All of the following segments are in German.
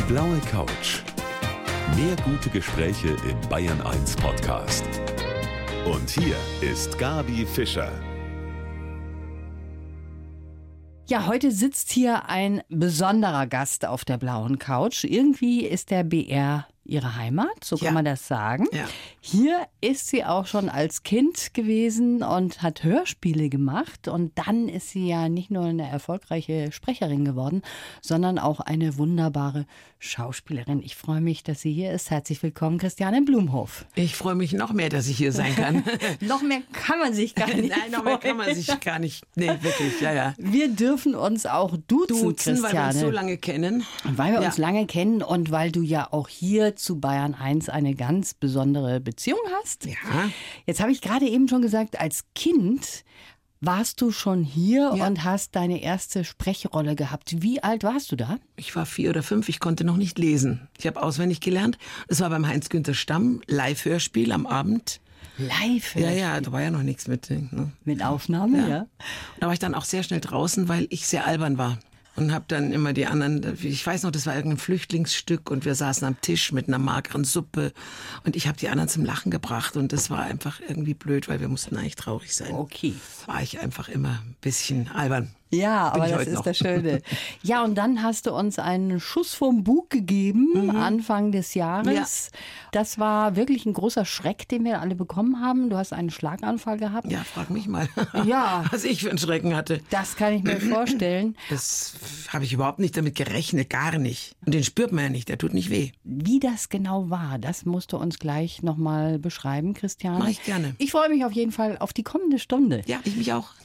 blaue Couch. Mehr gute Gespräche im Bayern 1 Podcast. Und hier ist Gabi Fischer. Ja, heute sitzt hier ein besonderer Gast auf der blauen Couch. Irgendwie ist der BR ihre Heimat, so kann man das sagen. Ja. Hier ist sie auch schon als Kind gewesen und hat Hörspiele gemacht. Und dann ist sie ja nicht nur eine erfolgreiche Sprecherin geworden, sondern auch eine wunderbare Schauspielerin. Ich freue mich, dass sie hier ist. Herzlich willkommen, Christiane Blumhof. Ich freue mich noch mehr, dass ich hier sein kann. Noch mehr kann man sich gar nicht Nein, noch mehr kann man sich gar nicht. Nee, wirklich, ja. Wir dürfen uns auch duzen, Christiane. Weil wir uns so lange kennen. Weil wir uns lange kennen und weil du ja auch hier zu Bayern 1 eine ganz besondere Beziehung hast. Ja. Jetzt habe ich gerade eben schon gesagt, als Kind warst du schon hier und hast deine erste Sprechrolle gehabt. Wie alt warst du da? Ich war 4 oder 5, ich konnte noch nicht lesen. Ich habe auswendig gelernt. Es war beim Heinz-Günther Stamm, Live-Hörspiel am Abend. Live-Hörspiel? Ja, da war ja noch nichts mit. Ne? Mit Aufnahme, ja. Und da war ich dann auch sehr schnell draußen, weil ich sehr albern war. Und habe dann immer die anderen, ich weiß noch, das war irgendein Flüchtlingsstück und wir saßen am Tisch mit einer mageren Suppe und ich habe die anderen zum Lachen gebracht und das war einfach irgendwie blöd, weil wir mussten eigentlich traurig sein. Okay. War ich einfach immer ein bisschen albern. Ja, aber das ist das Schöne. Ja, und dann hast du uns einen Schuss vom Bug gegeben, Anfang des Jahres. Ja. Das war wirklich ein großer Schreck, den wir alle bekommen haben. Du hast einen Schlaganfall gehabt. Ja, frag mich mal, ja, was ich für einen Schrecken hatte. Das kann ich mir vorstellen. Das habe ich überhaupt nicht damit gerechnet, gar nicht. Und den spürt man ja nicht, der tut nicht weh. Wie das genau war, das musst du uns gleich nochmal beschreiben, Christiane. Mach ich gerne. Ich freue mich auf jeden Fall auf die kommende Stunde. Ja, ich mich auch.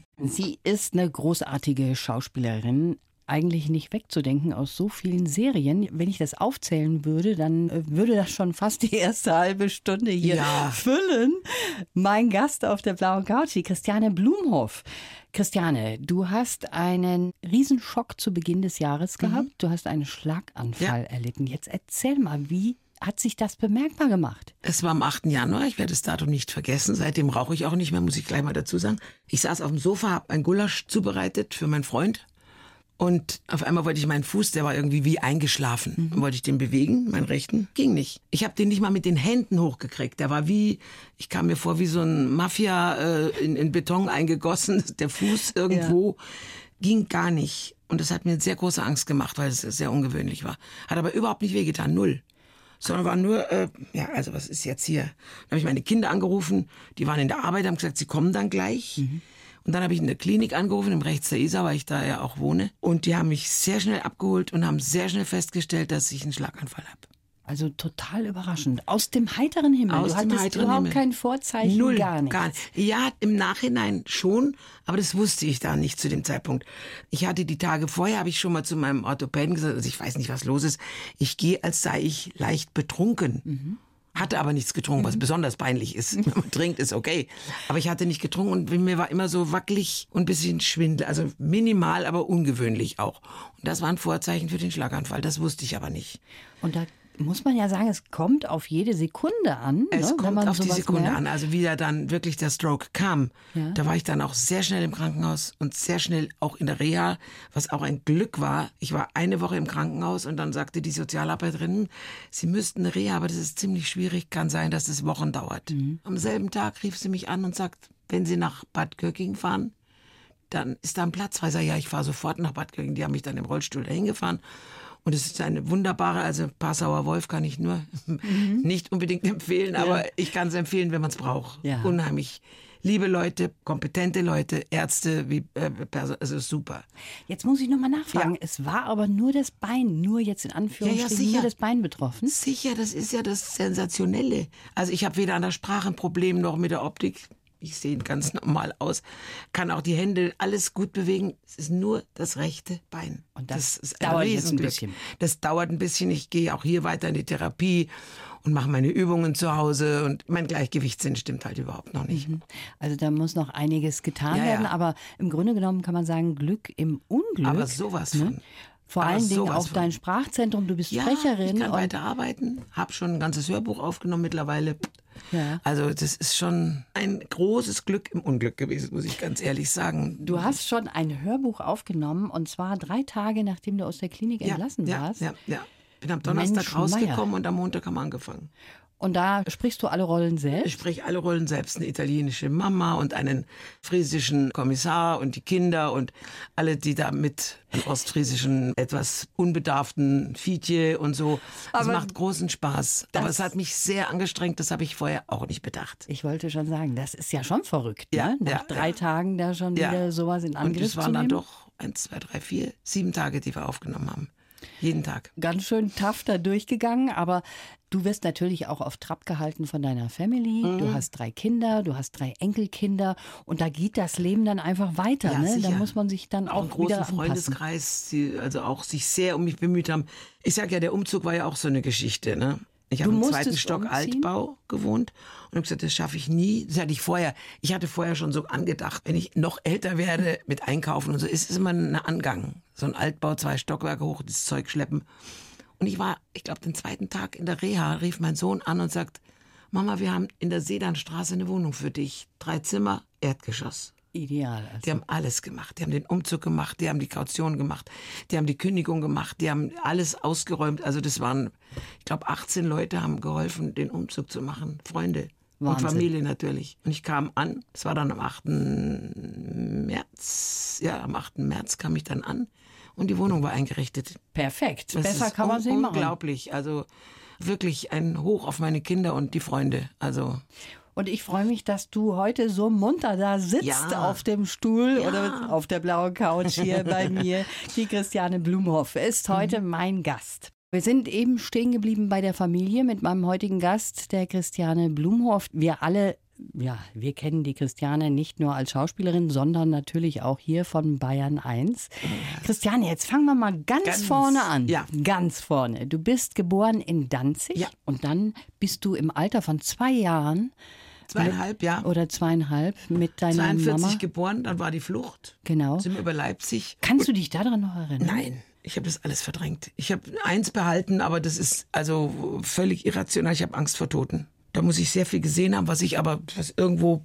Sie ist eine großartige Schauspielerin, eigentlich nicht wegzudenken aus so vielen Serien. Wenn ich das aufzählen würde, dann würde das schon fast die erste halbe Stunde hier füllen. Mein Gast auf der blauen Couch, die Christiane Blumhof. Christiane, du hast einen Riesenschock zu Beginn des Jahres gehabt. Du hast einen Schlaganfall erlitten. Jetzt erzähl mal, wie hat sich das bemerkbar gemacht? Es war am 8. Januar, ich werde das Datum nicht vergessen. Seitdem rauche ich auch nicht mehr, muss ich gleich mal dazu sagen. Ich saß auf dem Sofa, habe ein Gulasch zubereitet für meinen Freund. Und auf einmal wollte ich meinen Fuß, der war irgendwie wie eingeschlafen. Wollte ich den bewegen, meinen rechten, ging nicht. Ich habe den nicht mal mit den Händen hochgekriegt. Der war wie, ich kam mir vor wie so ein Mafia in Beton eingegossen. Der Fuß irgendwo ging gar nicht. Und das hat mir sehr große Angst gemacht, weil es sehr ungewöhnlich war. Hat aber überhaupt nicht wehgetan, null. Sondern war nur, also was ist jetzt hier? Dann habe ich meine Kinder angerufen, die waren in der Arbeit, haben gesagt, sie kommen dann gleich. Und dann habe ich in der Klinik angerufen, im Rechts der Isar, weil ich da ja auch wohne. Und die haben mich sehr schnell abgeholt und haben sehr schnell festgestellt, dass ich einen Schlaganfall habe. Also total überraschend. Aus dem heiteren Himmel. Aus du hattest überhaupt kein Vorzeichen, null, gar nichts. Gar nicht. Ja, im Nachhinein schon, aber das wusste ich da nicht zu dem Zeitpunkt. Ich hatte die Tage vorher, habe ich schon mal zu meinem Orthopäden gesagt, also ich weiß nicht, was los ist. Ich gehe, als sei ich leicht betrunken. Hatte aber nichts getrunken, was besonders peinlich ist. Wenn man trinkt, ist okay. Aber ich hatte nicht getrunken und mir war immer so wackelig und ein bisschen Schwindel. Also minimal, aber ungewöhnlich auch. Und das war ein Vorzeichen für den Schlaganfall. Das wusste ich aber nicht. Und da muss man ja sagen, es kommt auf jede Sekunde an. Es wenn kommt man auf die sowas Sekunde merkt. an. Also wie da dann wirklich der Stroke kam, da war ich dann auch sehr schnell im Krankenhaus und sehr schnell auch in der Reha, was auch ein Glück war. Ich war eine Woche im Krankenhaus und dann sagte die Sozialarbeiterin, Sie müssten eine Reha, aber das ist ziemlich schwierig, kann sein, dass es Wochen dauert. Am selben Tag rief sie mich an und sagt, wenn Sie nach Bad Kürkingen fahren, dann ist da ein Platz frei. Ich sage, ja, ich fahre sofort nach Bad Kürkingen. Die haben mich dann im Rollstuhl dahin gefahren. Und es ist eine wunderbare, also Passauer Wolf kann ich nur nicht unbedingt empfehlen, aber ich kann es empfehlen, wenn man es braucht. Ja. Unheimlich liebe Leute, kompetente Leute, Ärzte, also super. Jetzt muss ich nochmal nachfragen. Es war aber nur das Bein, nur jetzt in Anführungsstrichen, nur das Bein betroffen? Sicher, das ist ja das Sensationelle. Also ich habe weder an der Sprache ein Problem noch mit der Optik. Ich sehe ganz normal aus, kann auch die Hände alles gut bewegen. Es ist nur das rechte Bein. Und das ist dauert jetzt ein bisschen. Das dauert ein bisschen. Ich gehe auch hier weiter in die Therapie und mache meine Übungen zu Hause. Und mein Gleichgewichtssinn stimmt halt überhaupt noch nicht. Also da muss noch einiges getan werden. Aber im Grunde genommen kann man sagen, Glück im Unglück. Aber sowas von. Vor allen Dingen auch dein Sprachzentrum. Du bist Sprecherin. Ich kann weiter arbeiten. Habe schon ein ganzes Hörbuch aufgenommen mittlerweile. Ja. Also das ist schon ein großes Glück im Unglück gewesen, muss ich ganz ehrlich sagen. Du hast schon ein Hörbuch aufgenommen und zwar 3 Tage, nachdem du aus der Klinik entlassen warst. Ja. Bin am Donnerstag Mensch, rausgekommen und am Montag haben wir angefangen. Und da sprichst du alle Rollen selbst? Ich spreche alle Rollen selbst, eine italienische Mama und einen friesischen Kommissar und die Kinder und alle, die da mit einem ostfriesischen, etwas unbedarften Fietje und so. Das macht großen Spaß. Aber es hat mich sehr angestrengt, das habe ich vorher auch nicht bedacht. Ich wollte schon sagen, das ist ja schon verrückt, Ja, ne? Nach ja, 3 Tagen da schon wieder sowas in Angriff und es zu waren nehmen. dann doch 1, 2, 3, 4, 7 Tage, die wir aufgenommen haben. Jeden Tag. Ganz schön tough da durchgegangen, aber du wirst natürlich auch auf Trab gehalten von deiner Family. Du hast 3 Kinder, du hast 3 Enkelkinder und da geht das Leben dann einfach weiter. Ja, ne? sicher. Da muss man sich dann auch einen großen wieder anpassen. Freundeskreis, die also auch sich sehr um mich bemüht haben. Ich sag ja, der Umzug war ja auch so eine Geschichte, ne? Ich habe im 2. Stock umziehen? Altbau gewohnt und habe gesagt, das schaffe ich nie. Das hatte ich vorher. Ich hatte vorher schon so angedacht, wenn ich noch älter werde mit Einkaufen und so, ist es immer ein Angang. So ein Altbau, 2 Stockwerke hoch, das Zeug schleppen. Und ich glaube, den 2. Tag in der Reha rief mein Sohn an und sagt, Mama, wir haben in der Sedanstraße eine Wohnung für dich. 3 Zimmer, Erdgeschoss. Ideal. Also. Die haben alles gemacht. Die haben den Umzug gemacht, die haben die Kaution gemacht, die haben die Kündigung gemacht, die haben alles ausgeräumt. Also das waren, ich glaube, 18 Leute haben geholfen, den Umzug zu machen. Freunde Wahnsinn. und Familie natürlich. Und ich kam an, es war dann am 8. März, am 8. März kam ich dann an und die Wohnung war eingerichtet. Perfekt. Das Besser ist kann man sich machen. unglaublich. Also wirklich ein Hoch auf meine Kinder und die Freunde. Also Und ich freue mich, dass du heute so munter da sitzt Ja. auf dem Stuhl Ja. oder auf der blauen Couch hier bei mir. Die Christiane Blumhoff ist heute mein Gast. Wir sind eben stehen geblieben bei der Familie mit meinem heutigen Gast, der Christiane Blumhoff. Wir alle, wir kennen die Christiane nicht nur als Schauspielerin, sondern natürlich auch hier von Bayern 1. Christiane, jetzt fangen wir mal ganz vorne an. Ja. Ganz vorne. Du bist geboren in Danzig Ja. und dann bist du im Alter von 2 Jahren 2,5, ja. oder 2,5 mit deiner 42 Mama. geboren, dann war die Flucht. Genau. Sind wir über Leipzig. Kannst du dich daran noch erinnern? Nein, ich habe das alles verdrängt. Ich habe eins behalten, aber das ist also völlig irrational. Ich habe Angst vor Toten. Da muss ich sehr viel gesehen haben, was irgendwo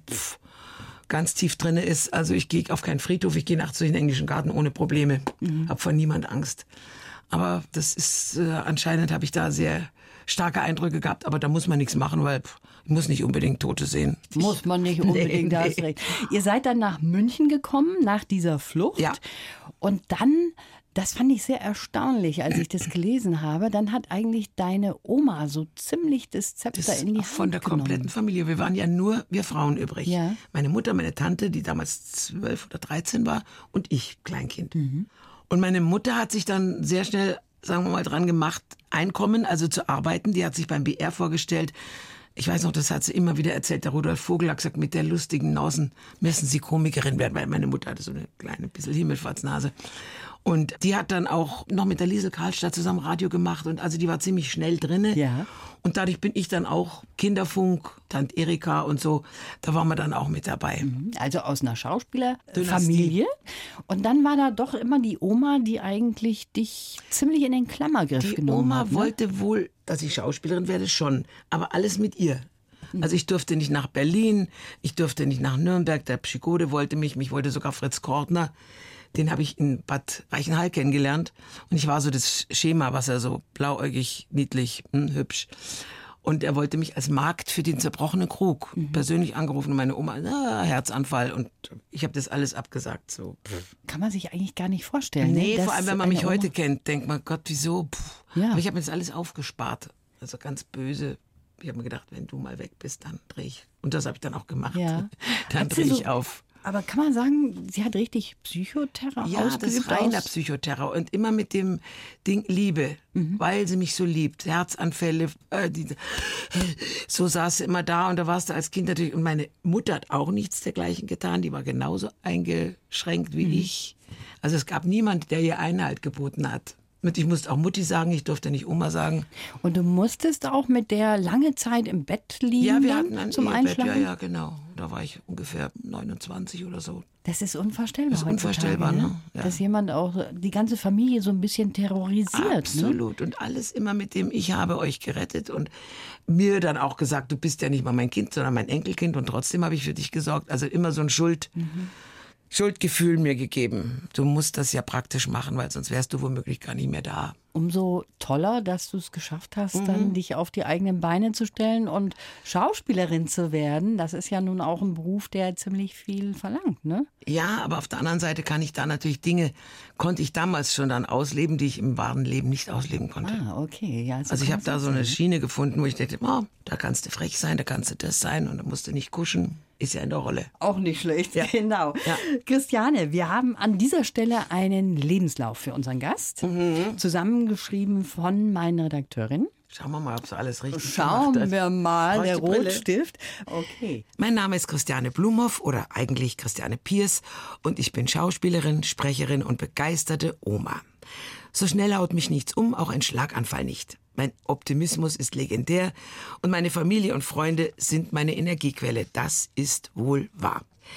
ganz tief drin ist. Also ich gehe auf keinen Friedhof, ich gehe nachts durch den englischen Garten ohne Probleme. Habe vor niemand Angst. Aber das ist, anscheinend habe ich da sehr starke Eindrücke gehabt, aber da muss man nichts machen, weil ich muss nicht unbedingt Tote sehen. Muss man nicht unbedingt, da hast recht. Ihr seid dann nach München gekommen, nach dieser Flucht. Ja. Und dann, das fand ich sehr erstaunlich, als ich das gelesen habe, dann hat eigentlich deine Oma so ziemlich das Zepter in die Hand von der kompletten genommen. Familie. Wir waren ja nur wir Frauen übrig. Ja. Meine Mutter, meine Tante, die damals 12 oder 13 war und ich, Kleinkind. Und meine Mutter hat sich dann sehr schnell, sagen wir mal, dran gemacht, Einkommen, also zu arbeiten. Die hat sich beim BR vorgestellt. Ich weiß noch, das hat sie immer wieder erzählt. Der Rudolf Vogel hat gesagt, mit der lustigen Nausen müssen Sie Komikerin werden, weil meine Mutter hatte so eine kleine, bisschen Himmelfahrtsnase. Und die hat dann auch noch mit der Liesel Karlstadt zusammen Radio gemacht und also die war ziemlich schnell drinne. Ja. Und dadurch bin ich dann auch Kinderfunk, Tante Erika und so, da waren wir dann auch mit dabei. Also aus einer Schauspielerfamilie. Und dann war da doch immer die Oma, die eigentlich dich ziemlich in den Klammergriff Die genommen Oma hat. Ne? wollte wohl, dass ich Schauspielerin werde, schon, aber alles mit ihr. Also ich durfte nicht nach Berlin, ich durfte nicht nach Nürnberg, der Pschigode wollte mich wollte sogar Fritz Kortner. Den habe ich in Bad Reichenhall kennengelernt. Und ich war so das Schema, was er so blauäugig, niedlich, hübsch. Und er wollte mich als Magd für den zerbrochenen Krug persönlich angerufen. Und meine Oma, Herzanfall. Und ich habe das alles abgesagt. So. Kann man sich eigentlich gar nicht vorstellen. Nee, ne? vor allem, wenn man Dass mich eine heute Oma- kennt, denkt man, Gott, wieso? Ja. Aber ich habe mir das alles aufgespart. Also ganz böse. Ich habe mir gedacht, wenn du mal weg bist, dann drehe ich. Und das habe ich dann auch gemacht. Ja. Dann Hat sie drehe so- ich auf. Aber kann man sagen, sie hat richtig Psychoterror Ja, das ausgeübt? ist reiner aus- Psychoterror. Und immer mit dem Ding Liebe, weil sie mich so liebt. Herzanfälle, so saß sie immer da und da warst du als Kind natürlich. Und meine Mutter hat auch nichts dergleichen getan. Die war genauso eingeschränkt wie ich. Also es gab niemand, der ihr Einhalt geboten hat. Und ich musste auch Mutti sagen, ich durfte nicht Oma sagen. Und du musstest auch mit der lange Zeit im Bett liegen Ja, wir dann hatten ein zum Ehebett. Einschlafen? Ja, genau. Da war ich ungefähr 29 oder so. Das ist unvorstellbar. Das ist unvorstellbar, heutzutage, ne? Ja. Dass jemand auch die ganze Familie so ein bisschen terrorisiert. Ne? Absolut. Und alles immer mit dem, ich habe euch gerettet und mir dann auch gesagt, du bist ja nicht mal mein Kind, sondern mein Enkelkind und trotzdem habe ich für dich gesorgt. Also immer so ein Schuldgefühl mir gegeben. Du musst das ja praktisch machen, weil sonst wärst du womöglich gar nicht mehr da. Umso toller, dass du es geschafft hast, dann dich auf die eigenen Beine zu stellen und Schauspielerin zu werden. Das ist ja nun auch ein Beruf, der ziemlich viel verlangt, ne? Ja, aber auf der anderen Seite kann ich da natürlich Dinge, konnte ich damals schon dann ausleben, die ich im wahren Leben nicht ausleben konnte. Ah, okay. Ja, Also ich habe da so eine Schiene gefunden, wo ich dachte, da kannst du frech sein, da kannst du das sein und da musst du nicht kuschen. Ist ja in der Rolle. Auch nicht schlecht, Ja. genau. Ja. Christiane, wir haben an dieser Stelle einen Lebenslauf für unseren Gast, zusammengeschrieben von meiner Redakteurin. Schauen wir mal, ob so alles richtig Schauen gemacht hat. wir mal, Brauch ich der die Brille? Rotstift. Okay. Mein Name ist Christiane Blumhoff oder eigentlich Christiane Pierce und ich bin Schauspielerin, Sprecherin und begeisterte Oma. So schnell haut mich nichts um, auch ein Schlaganfall nicht. Mein Optimismus ist legendär und meine Familie und Freunde sind meine Energiequelle. Das ist wohl wahr.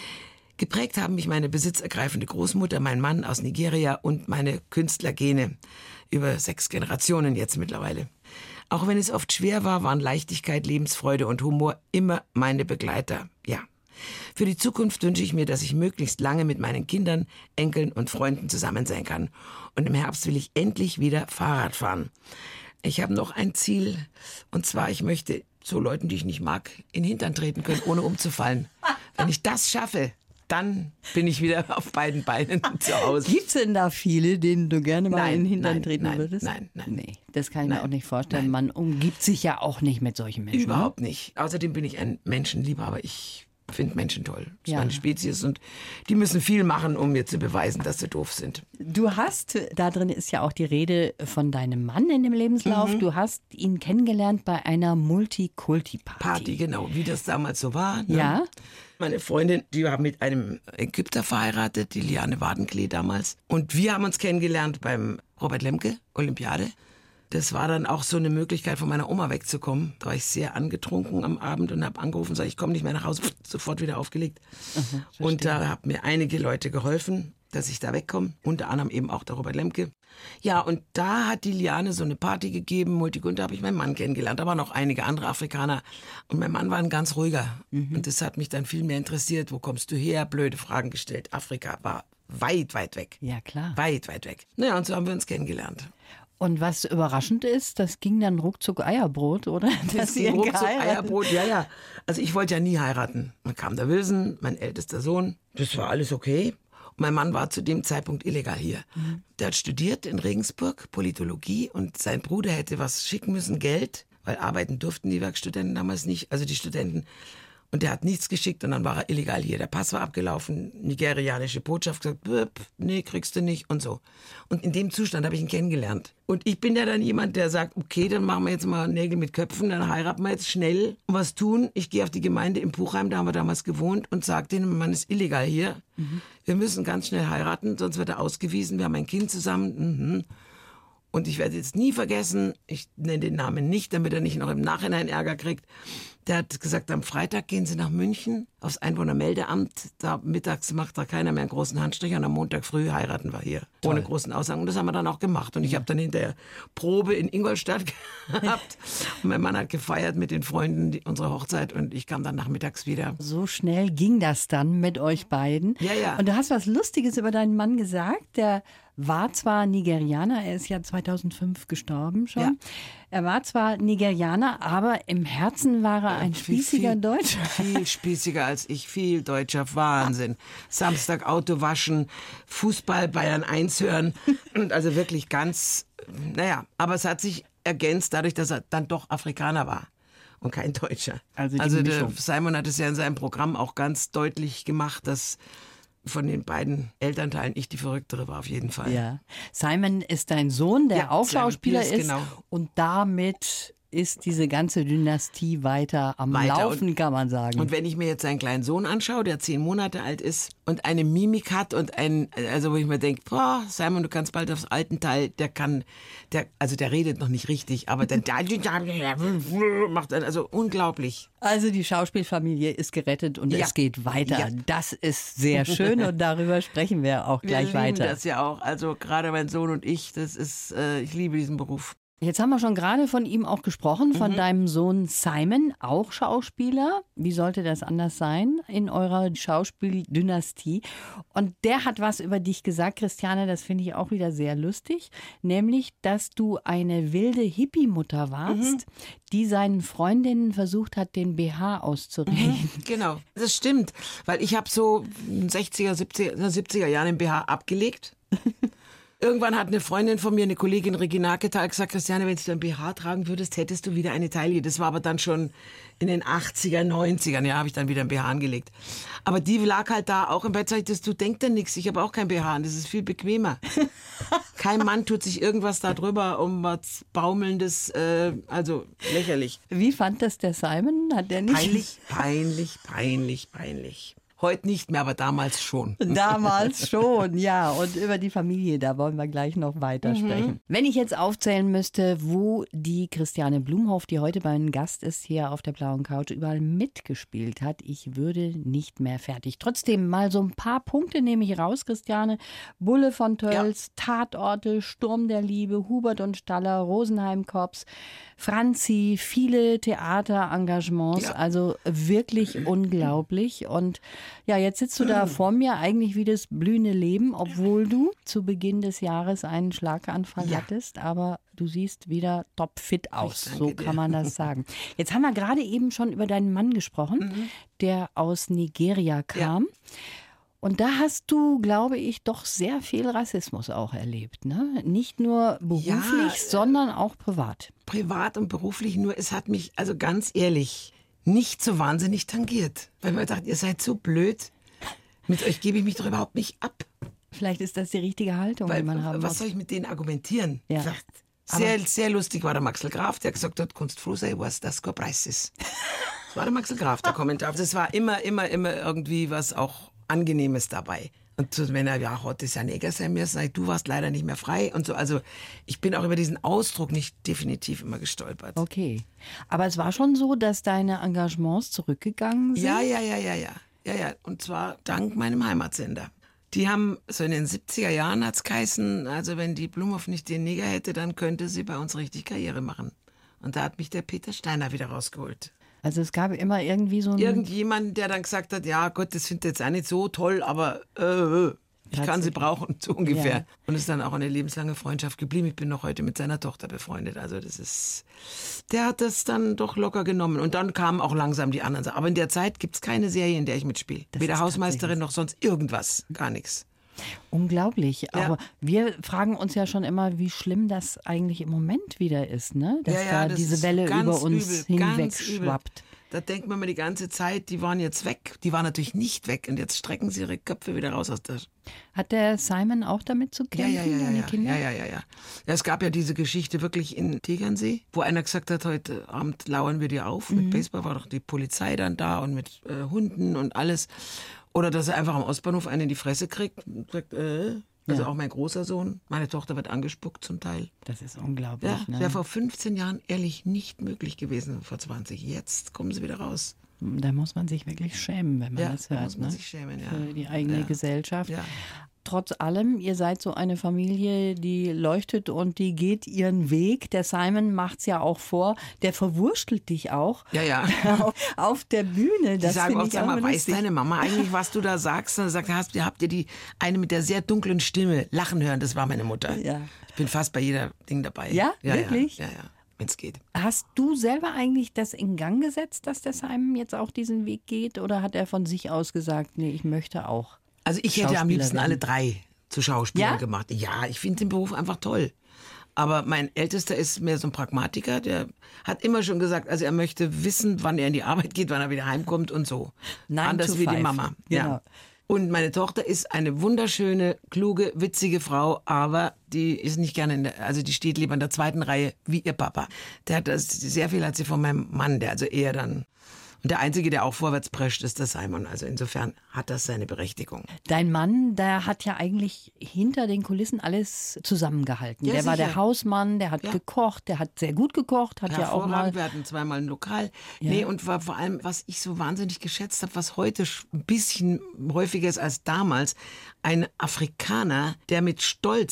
Geprägt haben mich meine besitzergreifende Großmutter, mein Mann aus Nigeria und meine Künstlergene. Über 6 Generationen jetzt mittlerweile. Auch wenn es oft schwer war, waren Leichtigkeit, Lebensfreude und Humor immer meine Begleiter. Ja. Für die Zukunft wünsche ich mir, dass ich möglichst lange mit meinen Kindern, Enkeln und Freunden zusammen sein kann. Und im Herbst will ich endlich wieder Fahrrad fahren. Ich habe noch ein Ziel, und zwar, ich möchte so Leuten, die ich nicht mag, in den Hintern treten können, ohne umzufallen. Wenn ich das schaffe, dann bin ich wieder auf beiden Beinen zu Hause. Gibt es denn da viele, denen du gerne mal in den Hintern treten nein, würdest? nein. Nee, das kann ich mir auch nicht vorstellen. Man umgibt sich ja auch nicht mit solchen Menschen. Überhaupt nicht. Außerdem bin ich ein Menschenliebhaber. Ich finde Menschen toll. Das ist Ja. meine Spezies und die müssen viel machen, um mir zu beweisen, dass sie doof sind. Du hast, da drin ist ja auch die Rede von deinem Mann in dem Lebenslauf, du hast ihn kennengelernt bei einer Multikulti-Party. Party, genau, wie das damals so war. Ne? Ja. Meine Freundin, die war mit einem Ägypter verheiratet, die Liane Wadenklee damals. Und wir haben uns kennengelernt beim Robert Lemke, Olympiade. Das war dann auch so eine Möglichkeit, von meiner Oma wegzukommen. Da war ich sehr angetrunken am Abend und habe angerufen und gesagt, ich komme nicht mehr nach Hause. Sofort wieder aufgelegt. Und da haben mir einige Leute geholfen, dass ich da wegkomme. Unter anderem eben auch der Robert Lemke. Ja, und da hat die Liane so eine Party gegeben. Multikulti, da habe ich meinen Mann kennengelernt. Da waren noch einige andere Afrikaner. Und mein Mann war ein ganz ruhiger. Und das hat mich dann viel mehr interessiert. Wo kommst du her? Blöde Fragen gestellt. Afrika war weit, weit weg. Ja, klar. Weit, weit weg. Naja, und so haben wir uns kennengelernt. Und was überraschend ist, das ging dann ruckzuck Eierbrot, oder? Dass ging ihr ruckzuck geheiratet- Eierbrot, ja. Also ich wollte ja nie heiraten. Dann kam der Wilson, mein ältester Sohn. Das war alles okay. Und mein Mann war zu dem Zeitpunkt illegal hier. Der hat studiert in Regensburg, Politologie. Und sein Bruder hätte was schicken müssen, Geld. Weil arbeiten durften die Werkstudenten damals nicht, also die Studenten. Und der hat nichts geschickt und dann war er illegal hier. Der Pass war abgelaufen, nigerianische Botschaft gesagt, nee, kriegst du nicht und so. Und in dem Zustand habe ich ihn kennengelernt. Und ich bin ja dann jemand, der sagt, okay, dann machen wir jetzt mal Nägel mit Köpfen, dann heiraten wir jetzt schnell und was tun. Ich gehe auf die Gemeinde im Puchheim, da haben wir damals gewohnt und sage denen, mein Mann ist illegal hier. Wir müssen ganz schnell heiraten, sonst wird er ausgewiesen. Wir haben ein Kind zusammen. Und ich werde jetzt nie vergessen, ich nenne den Namen nicht, damit er nicht noch im Nachhinein Ärger kriegt. Der hat gesagt, am Freitag gehen Sie nach München aufs Einwohnermeldeamt. Da mittags macht da keiner mehr einen großen Handstrich und am Montag früh heiraten wir hier. Toll. Ohne großen Aussagen. Und das haben wir dann auch gemacht. Und ich habe dann hinterher Probe in Ingolstadt gehabt. Und mein Mann hat gefeiert mit den Freunden unsere Hochzeit und ich kam dann nachmittags wieder. So schnell ging das dann mit euch beiden. Ja, ja. Und du hast was Lustiges über deinen Mann gesagt. Der war zwar Nigerianer, er ist ja 2005 gestorben schon. Ja. Er war zwar Nigerianer, aber im Herzen war er ein spießiger Deutscher. Viel spießiger als ich, viel deutscher, Wahnsinn. Samstag Auto waschen, Fußball Bayern 1 hören und also wirklich ganz, aber es hat sich ergänzt dadurch, dass er dann doch Afrikaner war und kein Deutscher. Also die der Mischung. Simon hat es ja in seinem Programm auch ganz deutlich gemacht, dass von den beiden Elternteilen ich die Verrücktere war auf jeden Fall. Ja. Simon ist dein Sohn, der Ja, auch Simon Schauspieler Pierce, ist. genau. Und damit ist diese ganze Dynastie weiter am Weiter Laufen, kann man sagen. Und wenn ich mir jetzt seinen kleinen Sohn anschaue, der 10 Monate alt ist und eine Mimik hat und also wo ich mir denke, Simon, du kannst bald aufs Altenteil, der redet noch nicht richtig, aber der macht also unglaublich. Also die Schauspielfamilie ist gerettet und Ja. es geht weiter. Ja. Das ist sehr schön und darüber sprechen wir auch gleich Wir lieben weiter. das ja auch, also gerade mein Sohn und ich, ich liebe diesen Beruf. Jetzt haben wir schon gerade von ihm auch gesprochen, von deinem Sohn Simon, auch Schauspieler. Wie sollte das anders sein in eurer Schauspieldynastie? Und der hat was über dich gesagt, Christiane, das finde ich auch wieder sehr lustig. Nämlich, dass du eine wilde Hippie-Mutter warst, die seinen Freundinnen versucht hat, den BH auszureden. Genau, das stimmt. Weil ich habe so in den 60er, 70er Jahren den BH abgelegt. Irgendwann hat eine Freundin von mir, eine Kollegin Regina Ketal, gesagt, Christiane, wenn du ein BH tragen würdest, hättest du wieder eine Taille. Das war aber dann schon in den 80er, 90ern, ja, habe ich dann wieder ein BH angelegt. Aber die lag halt da auch im Bett, sag ich, du denk denn nichts, ich habe auch kein BH, das ist viel bequemer. Kein Mann tut sich irgendwas da drüber um was Baumelndes, also lächerlich. Wie fand das der Simon? Hat der nicht? Peinlich. Heute nicht mehr, aber damals schon. Damals schon, ja. Und über die Familie, da wollen wir gleich noch weiter sprechen. Wenn ich jetzt aufzählen müsste, wo die Christiane Blumhoff, die heute mein Gast ist, hier auf der blauen Couch, überall mitgespielt hat, ich würde nicht mehr fertig. Trotzdem mal so ein paar Punkte nehme ich raus, Christiane. Bulle von Tölz, Tatorte, Sturm der Liebe, Hubert und Staller, Rosenheim Cops, Franzi, viele Theaterengagements, also wirklich unglaublich. Und ja, jetzt sitzt du da vor mir, eigentlich wie das blühende Leben, obwohl du zu Beginn des Jahres einen Schlaganfall hattest, aber du siehst wieder topfit aus, so kann man das sagen. Jetzt haben wir gerade eben schon über deinen Mann gesprochen, der aus Nigeria kam. Ja. Und da hast du, glaube ich, doch sehr viel Rassismus auch erlebt, ne? Nicht nur beruflich, sondern auch privat. Privat und beruflich, nur es hat mich, also ganz ehrlich, nicht so wahnsinnig tangiert. Weil man dachte, ihr seid so blöd, mit euch gebe ich mich doch überhaupt nicht ab. Vielleicht ist das die richtige Haltung, die man haben muss. Was soll ich mit denen argumentieren? Ja. Sehr lustig war der Maxel Graf, der gesagt hat, kannst froh sein, was das kein Preis ist. Das war der Maxel Graf, der Kommentar. Das war immer irgendwie was auch Angenehmes dabei. Und so, wenn er, ja, heute ist ja Neger sein müssen, du warst leider nicht mehr frei und so. Also ich bin auch über diesen Ausdruck nicht definitiv immer gestolpert. Okay. Aber es war schon so, dass deine Engagements zurückgegangen sind? Ja. Und zwar dank meinem Heimatsender. Die haben, so in den 70er Jahren hat's geheißen, also wenn die Blumhoff nicht den Neger hätte, dann könnte sie bei uns richtig Karriere machen. Und da hat mich der Peter Steiner wieder rausgeholt. Also es gab immer irgendwie so irgendjemand, der dann gesagt hat, ja Gott, das findet jetzt auch nicht so toll, aber ich kann sie brauchen, so ungefähr. Ja. Und es ist dann auch eine lebenslange Freundschaft geblieben. Ich bin noch heute mit seiner Tochter befreundet. Also der hat das dann doch locker genommen. Und dann kamen auch langsam die anderen Sachen. Aber in der Zeit gibt es keine Serie, in der ich mitspiele. Weder Hausmeisterin noch sonst irgendwas. Gar nichts. Unglaublich. Ja. Aber wir fragen uns ja schon immer, wie schlimm das eigentlich im Moment wieder ist, ne? Dass da diese Welle über uns hinweg schwappt. Da denkt man mal die ganze Zeit, die waren jetzt weg. Die waren natürlich nicht weg. Und jetzt strecken sie ihre Köpfe wieder raus aus der... Hat der Simon auch damit zu kämpfen, deine Kinder? Ja. Es gab ja diese Geschichte wirklich in Tegernsee, wo einer gesagt hat, heute Abend lauern wir dir auf. Mit Baseball war doch die Polizei dann da und mit Hunden und alles. Oder dass er einfach am Ostbahnhof einen in die Fresse kriegt und sagt, Also auch mein großer Sohn, meine Tochter wird angespuckt zum Teil. Das ist unglaublich. Ja, das wäre vor 15 Jahren ehrlich nicht möglich gewesen, vor 20. Jetzt kommen sie wieder raus. Da muss man sich wirklich schämen, wenn man das hört. Da muss man sich schämen, ja. Für die eigene Gesellschaft. Ja. Trotz allem, ihr seid so eine Familie, die leuchtet und die geht ihren Weg. Der Simon macht's ja auch vor. Der verwurstelt dich auch. Ja. Auf der Bühne. Die sagen auch, sag mal, weiß deine Mama eigentlich, was du da sagst? Dann sagt er, habt ihr die eine mit der sehr dunklen Stimme lachen hören? Das war meine Mutter. Ja. Ich bin fast bei jeder Ding dabei. Ja, wirklich? Ja. Wenn es geht. Hast du selber eigentlich das in Gang gesetzt, dass der Simon jetzt auch diesen Weg geht? Oder hat er von sich aus gesagt, nee, ich möchte auch? Also ich hätte am liebsten alle drei zu Schauspielern gemacht. Ja, ich finde den Beruf einfach toll. Aber mein Ältester ist mehr so ein Pragmatiker. Der hat immer schon gesagt, also er möchte wissen, wann er in die Arbeit geht, wann er wieder heimkommt und so. Anders wie die Mama. Genau. Ja. Und meine Tochter ist eine wunderschöne, kluge, witzige Frau, aber die ist nicht gerne also die steht lieber in der zweiten Reihe wie ihr Papa. Der hat sehr viel hat sie von meinem Mann, der also eher dann. Und der Einzige, der auch vorwärts prescht, ist der Simon. Also insofern hat das seine Berechtigung. Dein Mann, der hat ja eigentlich hinter den Kulissen alles zusammengehalten. Ja, der sicher. war der Hausmann, der hat gekocht, der hat sehr gut gekocht, hat ja auch mal... Wir hatten zweimal ein Lokal. Ja. Nee, und war vor allem, was ich so wahnsinnig geschätzt habe, was heute ein bisschen häufiger ist als damals, ein Afrikaner, der mit Stolz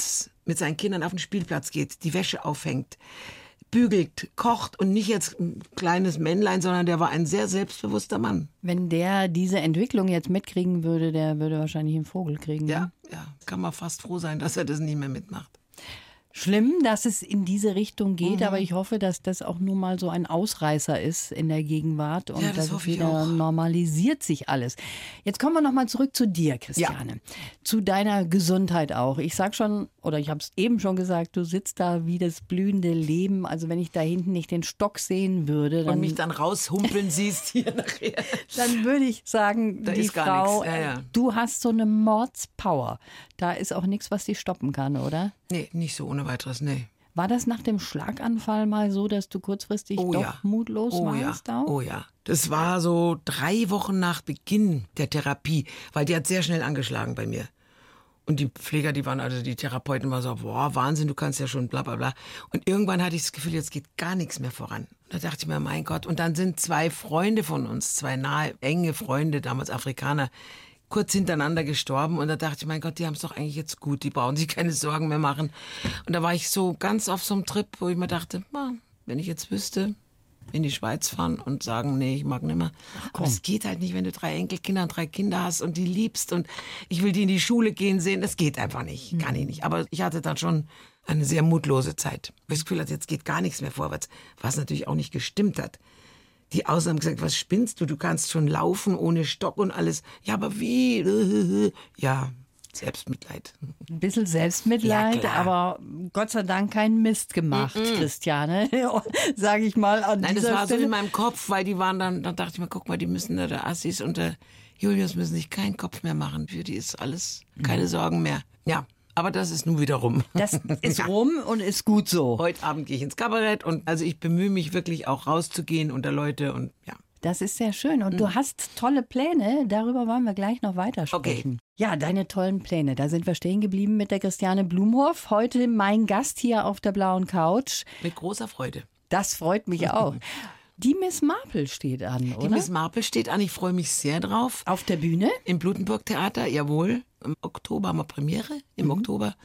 mit seinen Kindern auf den Spielplatz geht, die Wäsche aufhängt, bügelt, kocht und nicht jetzt ein kleines Männlein, sondern der war ein sehr selbstbewusster Mann. Wenn der diese Entwicklung jetzt mitkriegen würde, der würde wahrscheinlich einen Vogel kriegen. Ja, Ne? ja, kann man fast froh sein, dass er das nicht mehr mitmacht. Schlimm, dass es in diese Richtung geht, aber ich hoffe, dass das auch nur mal so ein Ausreißer ist in der Gegenwart und Ja, das dass es hoffe ich wieder auch. normalisiert sich alles. Jetzt kommen wir noch mal zurück zu dir, Christiane. Zu deiner Gesundheit auch. Ich sag schon, oder ich habe es eben schon gesagt, du sitzt da wie das blühende Leben. Also wenn ich da hinten nicht den Stock sehen würde, Und mich dann raushumpeln siehst hier nachher. dann würde ich sagen, Da die ist gar Frau, nichts. Ja, ja. du hast so eine Mordspower. Da ist auch nichts, was dich stoppen kann, oder? Nee, nicht so ohne weiteres, nee. War das nach dem Schlaganfall mal so, dass du kurzfristig Oh doch ja. mutlos Oh ja, warst? Auch? oh ja. Das war so 3 Wochen nach Beginn der Therapie, weil die hat sehr schnell angeschlagen bei mir. Und die Pfleger, die Therapeuten waren so, boah, Wahnsinn, du kannst ja schon bla bla bla. Und irgendwann hatte ich das Gefühl, jetzt geht gar nichts mehr voran. Da dachte ich mir, mein Gott. Und dann sind 2 Freunde von uns, 2 nahe, enge Freunde, damals Afrikaner, kurz hintereinander gestorben. Und da dachte ich, mein Gott, die haben es doch eigentlich jetzt gut, die brauchen sich keine Sorgen mehr machen. Und da war ich so ganz auf so einem Trip, wo ich mir dachte, wenn ich jetzt wüsste, in die Schweiz fahren und sagen, nee, ich mag nicht mehr. Aber es geht halt nicht, wenn du 3 Enkelkinder und 3 Kinder hast und die liebst und ich will die in die Schule gehen sehen. Das geht einfach nicht, kann ich nicht. Aber ich hatte dann schon eine sehr mutlose Zeit. Weil ich das Gefühl hatte, jetzt geht gar nichts mehr vorwärts. Was natürlich auch nicht gestimmt hat. Die Außen haben gesagt, was spinnst du? Du kannst schon laufen ohne Stock und alles. Ja, aber wie? Ja, Selbstmitleid. Ein bisschen Selbstmitleid, Ja, klar. aber Gott sei Dank keinen Mist gemacht, Christiane, sage ich mal an Nein, das dieser war so Stelle. in meinem Kopf, weil die waren dann dachte ich mir, guck mal, die müssen da, der Assis und der Julius müssen sich keinen Kopf mehr machen. Für die ist alles, keine Sorgen mehr. Ja, aber das ist nun wieder rum. Das ist rum und ist gut so. Heute Abend gehe ich ins Kabarett und also ich bemühe mich wirklich auch rauszugehen unter Leute und ja. Das ist sehr schön. Und du hast tolle Pläne. Darüber wollen wir gleich noch weitersprechen. Okay. Ja, deine tollen Pläne. Da sind wir stehen geblieben mit der Christiane Blumhoff. Heute mein Gast hier auf der blauen Couch. Mit großer Freude. Das freut mich auch. Die Miss Marple steht an, oder? Die Miss Marple steht an, ich freue mich sehr drauf. Auf der Bühne? Im Blutenburg-Theater, jawohl. Im Oktober haben wir Premiere, im Oktober.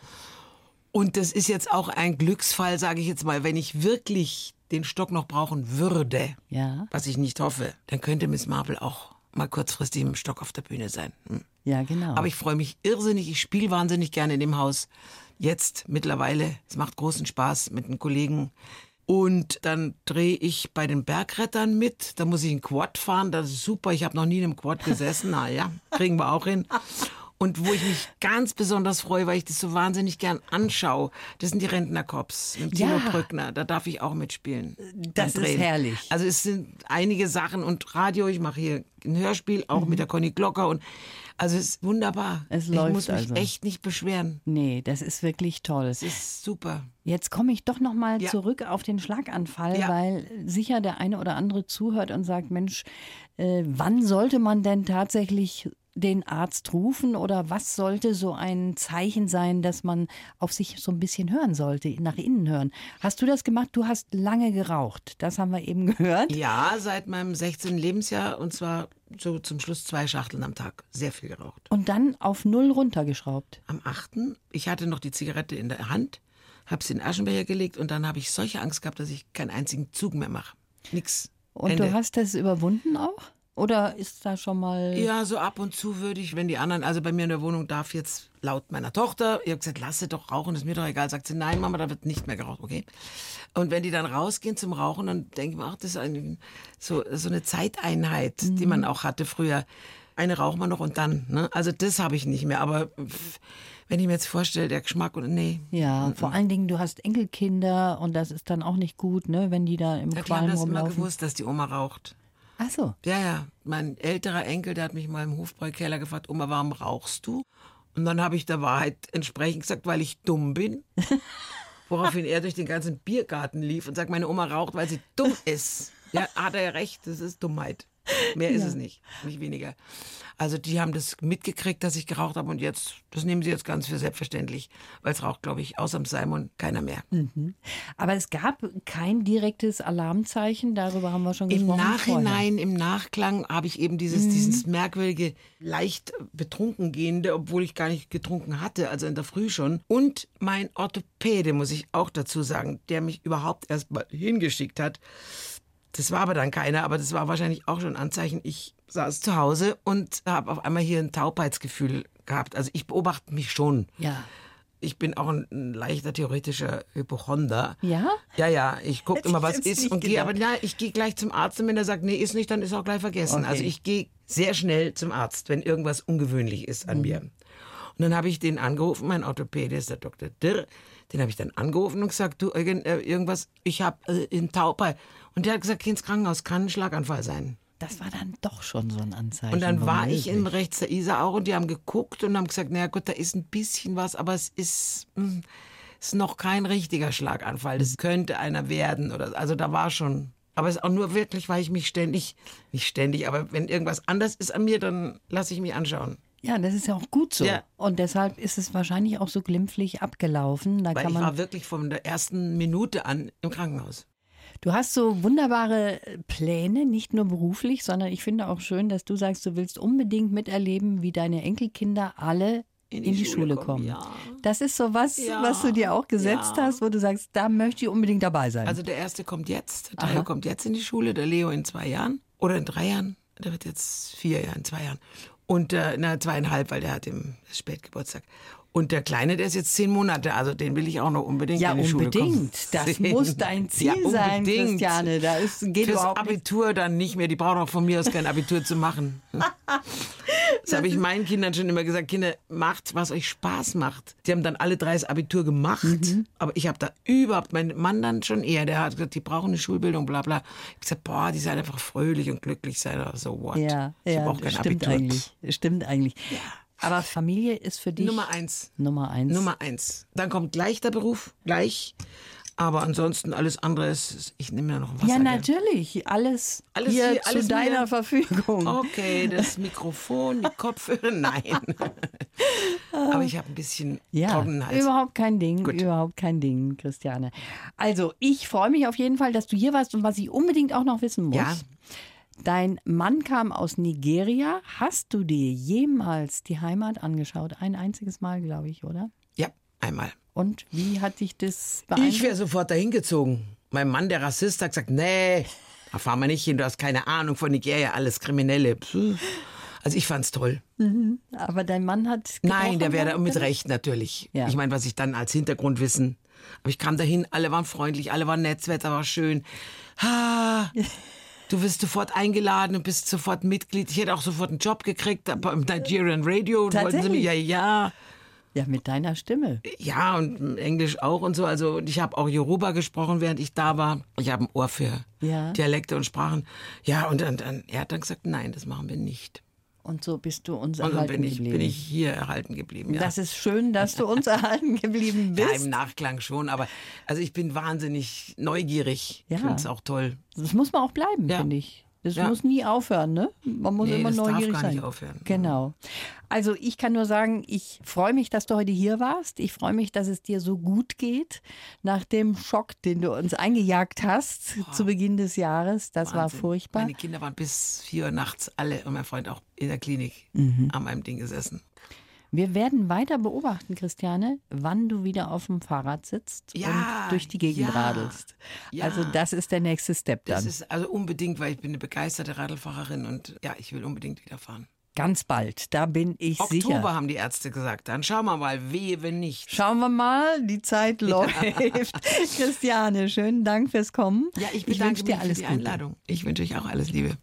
Und das ist jetzt auch ein Glücksfall, sage ich jetzt mal, wenn ich wirklich den Stock noch brauchen würde, Ja. was ich nicht hoffe, dann könnte Miss Marple auch mal kurzfristig im Stock auf der Bühne sein. Ja, genau. Aber ich freue mich irrsinnig, ich spiele wahnsinnig gerne in dem Haus. Jetzt mittlerweile, es macht großen Spaß mit den Kollegen. Und dann drehe ich bei den Bergrettern mit. Da muss ich einen Quad fahren, das ist super. Ich habe noch nie in einem Quad gesessen. Na ja, kriegen wir auch hin. Und wo ich mich ganz besonders freue, weil ich das so wahnsinnig gern anschaue, das sind die Rentnerkorps mit Timo Ja. Brückner. Da darf ich auch mitspielen. Das und ist drehen. herrlich. Also es sind einige Sachen und Radio. Ich mache hier ein Hörspiel, auch mit der Conny Glocker. Und also es ist wunderbar. Es ich läuft muss mich also. echt nicht beschweren. Nee, das ist wirklich toll. Es ist super. Jetzt komme ich doch noch mal Ja. zurück auf den Schlaganfall, Ja. weil sicher der eine oder andere zuhört und sagt, Mensch, wann sollte man denn tatsächlich den Arzt rufen oder was sollte so ein Zeichen sein, dass man auf sich so ein bisschen hören sollte, nach innen hören? Hast du das gemacht? Du hast lange geraucht. Das haben wir eben gehört. Ja, seit meinem 16. Lebensjahr und zwar so zum Schluss 2 Schachteln am Tag. Sehr viel geraucht. Und dann auf 0 runtergeschraubt. Am 8. Ich hatte noch die Zigarette in der Hand, habe sie in den Aschenbecher gelegt und dann habe ich solche Angst gehabt, dass ich keinen einzigen Zug mehr mache. Nix. Und Ende. du hast das überwunden auch? Oder ist da schon mal... Ja, so ab und zu würde ich, wenn die anderen, also bei mir in der Wohnung darf jetzt laut meiner Tochter, ich habe gesagt, lass sie doch rauchen, ist mir doch egal. Sagt sie, nein Mama, da wird nicht mehr geraucht, okay. Und wenn die dann rausgehen zum Rauchen, dann denke ich mir, ach, das ist so eine Zeiteinheit, die man auch hatte früher. Eine rauchen wir noch und dann, ne? Also das habe ich nicht mehr, aber wenn ich mir jetzt vorstelle, der Geschmack und nee. Ja, vor allen Dingen, du hast Enkelkinder und das ist dann auch nicht gut, ne, wenn die da im Ja, die haben Qualm das immer rumlaufen. gewusst, dass die Oma raucht. Ach so. Ja. Mein älterer Enkel, der hat mich mal im Hofbräukeller gefragt, Oma, warum rauchst du? Und dann habe ich der Wahrheit entsprechend gesagt, weil ich dumm bin. Woraufhin er durch den ganzen Biergarten lief und sagt, meine Oma raucht, weil sie dumm ist. Ja, hat er ja recht, das ist Dummheit. Mehr ist es nicht weniger. Also die haben das mitgekriegt, dass ich geraucht habe und das nehmen sie jetzt ganz für selbstverständlich, weil es raucht, glaube ich, außer Simon keiner mehr. Aber es gab kein direktes Alarmzeichen, darüber haben wir schon gesprochen. Im Nachhinein, im Nachklang habe ich eben dieses merkwürdige, leicht betrunken gehende, obwohl ich gar nicht getrunken hatte, also in der Früh schon. Und mein Orthopäde, muss ich auch dazu sagen, der mich überhaupt erst mal hingeschickt hat. Das war aber dann keiner, aber das war wahrscheinlich auch schon ein Anzeichen. Ich saß zu Hause und habe auf einmal hier ein Taubheitsgefühl gehabt. Also ich beobachte mich schon. Ja. Ich bin auch ein leichter theoretischer Hypochonder. Ja? Ja, ich gucke immer, was ist und gehe. gedacht. Aber ich gehe gleich zum Arzt und wenn er sagt, nee, ist nicht, dann ist auch gleich vergessen. Okay. Also ich gehe sehr schnell zum Arzt, wenn irgendwas ungewöhnlich ist an mir. Und dann habe ich den angerufen, mein Orthopäde ist der Dr. Dirr. Den habe ich dann angerufen und gesagt, du, irgendwas, ich habe in Taubheit. Und der hat gesagt, geh ins Krankenhaus, kann ein Schlaganfall sein. Das war dann doch schon so ein Anzeichen. Und dann war ich womöglich. rechts der Isar auch und die haben geguckt und haben gesagt, naja gut, da ist ein bisschen was, aber es ist noch kein richtiger Schlaganfall. Das könnte einer werden. Also da war schon. Aber es ist auch nur wirklich, weil ich mich nicht ständig, aber wenn irgendwas anders ist an mir, dann lasse ich mich anschauen. Ja, das ist ja auch gut so. Ja. Und deshalb ist es wahrscheinlich auch so glimpflich abgelaufen. Da Weil kann ich man war wirklich von der ersten Minute an im Krankenhaus. Du hast so wunderbare Pläne, nicht nur beruflich, sondern ich finde auch schön, dass du sagst, du willst unbedingt miterleben, wie deine Enkelkinder alle in die Schule kommen. Ja. Das ist so was, Ja. was du dir auch gesetzt Ja. hast, wo du sagst, da möchte ich unbedingt dabei sein. Also der erste kommt jetzt, der Tayo kommt jetzt in die Schule, der Leo in 2 Jahren oder in 3 Jahren, der wird jetzt 4 Jahre, in 2 Jahren. Und 2,5, weil der hat im Spätgeburtstag. Und der Kleine, der ist jetzt 10 Monate, also den will ich auch noch unbedingt ja, in die Schule kommen. unbedingt. Das muss dein Ziel Ja, sein, unbedingt. Christiane. Geht Fürs überhaupt nicht. Abitur dann nicht mehr. Die brauchen auch von mir aus kein Abitur zu machen. Das habe ich meinen Kindern schon immer gesagt. Kinder, macht, was euch Spaß macht. Die haben dann alle 3 das Abitur gemacht. Aber ich habe da mein Mann dann schon eher, der hat gesagt, die brauchen eine Schulbildung, bla bla. Ich habe gesagt, boah, die sollen einfach fröhlich und glücklich sein. Oder so, what? Ja, ich ja, habe auch kein stimmt Abitur. eigentlich. Stimmt eigentlich. Aber Familie ist für dich Nummer 1. Nummer 1. Nummer 1. Dann kommt gleich der Beruf, gleich. Aber ansonsten alles andere ist, ich nehme ja noch ein Wasser. Ja, gell? natürlich. Alles Alles hier hier, alles zu deiner mir. Verfügung. Okay, das Mikrofon, die Kopfhörer, nein. Aber ich habe ein bisschen Ja, trockenen Hals. überhaupt kein Ding, Gut. überhaupt kein Ding, Christiane. Also, ich freue mich auf jeden Fall, dass du hier warst und was ich unbedingt auch noch wissen muss. Ja. Dein Mann kam aus Nigeria. Hast du dir jemals die Heimat angeschaut? Ein einziges Mal, glaube ich, oder? Ja, einmal. Und wie hat dich das Ich beeindruckt? wäre sofort dahin gezogen. Mein Mann, der Rassist, hat gesagt, nee, da fahren wir nicht hin, du hast keine Ahnung von Nigeria, alles Kriminelle. Puh. Also ich fand's toll. Aber dein Mann hat Nein, der wäre da gebrochen, mit oder? Recht natürlich. Ja. Ich meine, was ich dann als Hintergrundwissen. Aber ich kam dahin, alle waren freundlich, alle waren nett, das Wetter war schön. Du wirst sofort eingeladen und bist sofort Mitglied. Ich hätte auch sofort einen Job gekriegt beim Nigerian Radio. Wollten sie Tatsächlich? mich, ja. Ja, mit deiner Stimme. Ja, und Englisch auch und so. Also und ich habe auch Yoruba gesprochen, während ich da war. Ich habe ein Ohr für Ja. Dialekte und Sprachen. Ja, und dann, er hat dann gesagt, nein, das machen wir nicht. Und so bist du uns Und dann erhalten bin geblieben. ich hier erhalten geblieben. Ja. Das ist schön, dass du uns erhalten geblieben Ja, bist. im Nachklang schon, aber also ich bin wahnsinnig neugierig. Ja. Ich finde es auch toll. Das muss man auch bleiben, Ja. finde ich. Das Ja. muss nie aufhören, ne? Man muss Nee, immer das darf neugierig gar sein. nicht aufhören. Genau. Also ich kann nur sagen, ich freue mich, dass du heute hier warst. Ich freue mich, dass es dir so gut geht nach dem Schock, den du uns eingejagt hast zu Beginn des Jahres. Das war Wahnsinn. furchtbar. Meine Kinder waren bis 4 Uhr nachts alle und mein Freund auch in der Klinik an meinem Ding gesessen. Wir werden weiter beobachten, Christiane, wann du wieder auf dem Fahrrad sitzt Ja, und durch die Gegend ja, radelst. ja. Also das ist der nächste Step dann. Das ist also unbedingt, weil ich bin eine begeisterte Radlfahrerin und ja, ich will unbedingt wieder fahren. Ganz bald, da bin ich Oktober sicher. haben die Ärzte gesagt. Dann schauen wir mal, wehe, wenn nicht. Schauen wir mal, die Zeit läuft. Christiane, schönen Dank fürs Kommen. Ja, ich wünsche bedanke dir mich alles für die Gute. Einladung. Ich wünsche euch auch alles Liebe.